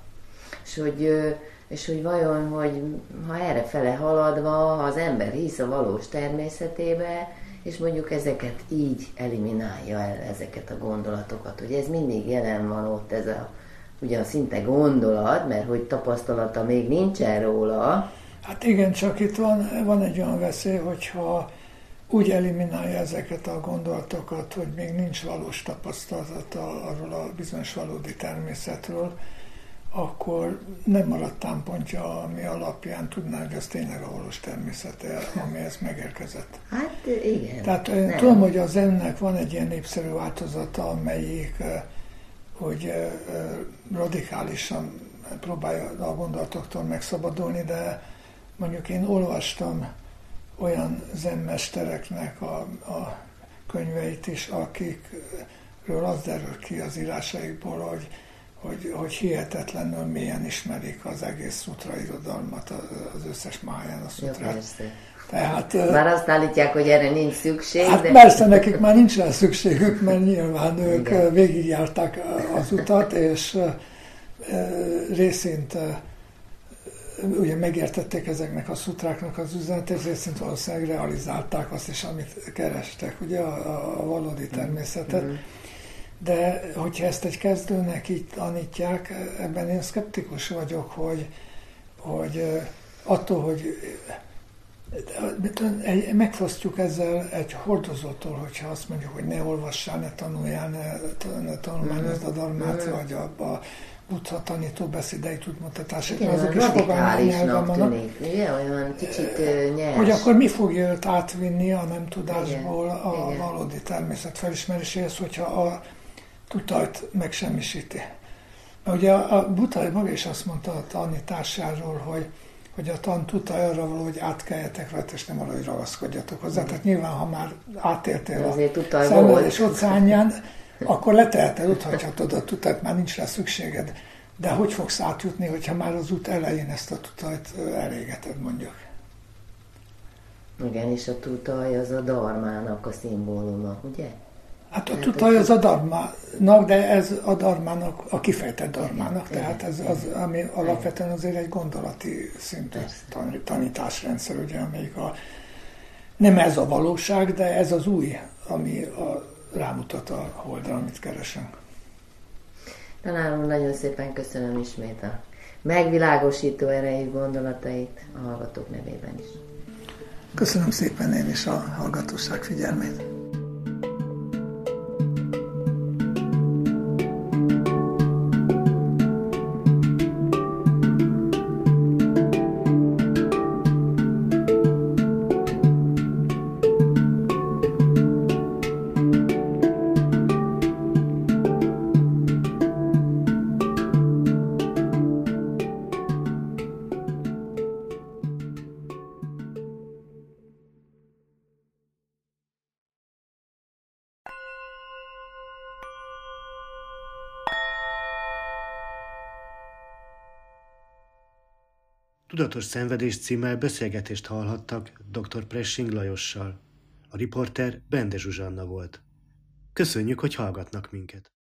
És hogy vajon, hogy ha errefele haladva, ha az ember hisz a valós természetébe, és mondjuk ezeket így eliminálja el, ezeket a gondolatokat, hogy ez mindig jelen van ott, ez ugyan szinte gondolat, mert hogy tapasztalata még nincsen róla. Hát igen, csak itt van egy olyan veszély, hogyha úgy eliminálja ezeket a gondolatokat, hogy még nincs valós tapasztalata arról a bizonyos valódi természetről, akkor nem maradt támpontja, ami alapján tudná, hogy ez tényleg a valós természete, amihez megérkezett. Hát igen. Tehát én tudom, hogy a zennek van egy ilyen népszerű változata, amelyik hogy radikálisan próbálja a gondolatoktól megszabadulni, de mondjuk én olvastam olyan zenmestereknek a könyveit is, akikről az derül ki az írásaikból, hogy hihetetlenül mélyen ismerik az egész szutra irodalmat, az összes Mahayana szutrát. Tehát, már azt állítják, hogy erre nincs szükség. Hát de... persze, nekik már nincs rá szükségük, mert nyilván ők végigjárták az utat, és részint ugye megértették ezeknek a szutráknak az üzenetét, részint valószínűleg realizálták azt is, amit kerestek, ugye a valódi természetet. De hogyha ezt egy kezdőnek így tanítják, ebben én szkeptikus vagyok, hogy attól, hogy megfosztjuk ezzel egy hordozótól, hogyha azt mondjuk, hogy ne olvassál, ne tanuljál, ne tanulmányozd a dharmát, vagy a Buddha tanító beszédeit, útmutatásait. Igen, azok is radikálisnak tűnik, ugye? Olyan kicsit nyers. Hogy akkor mi fogja őt átvinni a nem tudásból a valódi természet felismeréséhez, hogyha a tutajt megsemmisíti. Ugye a Buddha maga is azt mondta a tanítássáról, hogy a tan tudta arra való, hogy átkeljetek rajta, és nem arra, hogy ragaszkodjatok hozzá. Tehát nyilván, ha már átértél a szenvedés óceánján, akkor leteheted, ott hagyhatod a tudat, már nincs rá szükséged. De hogy fogsz átjutni, hogyha már az út elején ezt a tutajt elégeted, mondjuk? Igen, és a tutaj az a dharmának a szimbóluma, ugye? Hát a tutaj az a dharmának, de ez a dharmának, a kifejtett dharmának, tehát ez az, ami alapvetően azért egy gondolati szintű tanításrendszer, ugye, amelyik nem ez a valóság, de ez az új, ami rámutat a holdra, amit keresünk. Tanárom, nagyon szépen köszönöm ismét a megvilágosító erejű gondolatait a hallgatók nevében is. Köszönöm szépen én is a hallgatóság figyelmét. Tudatos szenvedés címmel beszélgetést hallhattak dr. Pressing Lajossal. A riporter Bende Zsuzsanna volt. Köszönjük, hogy hallgatnak minket!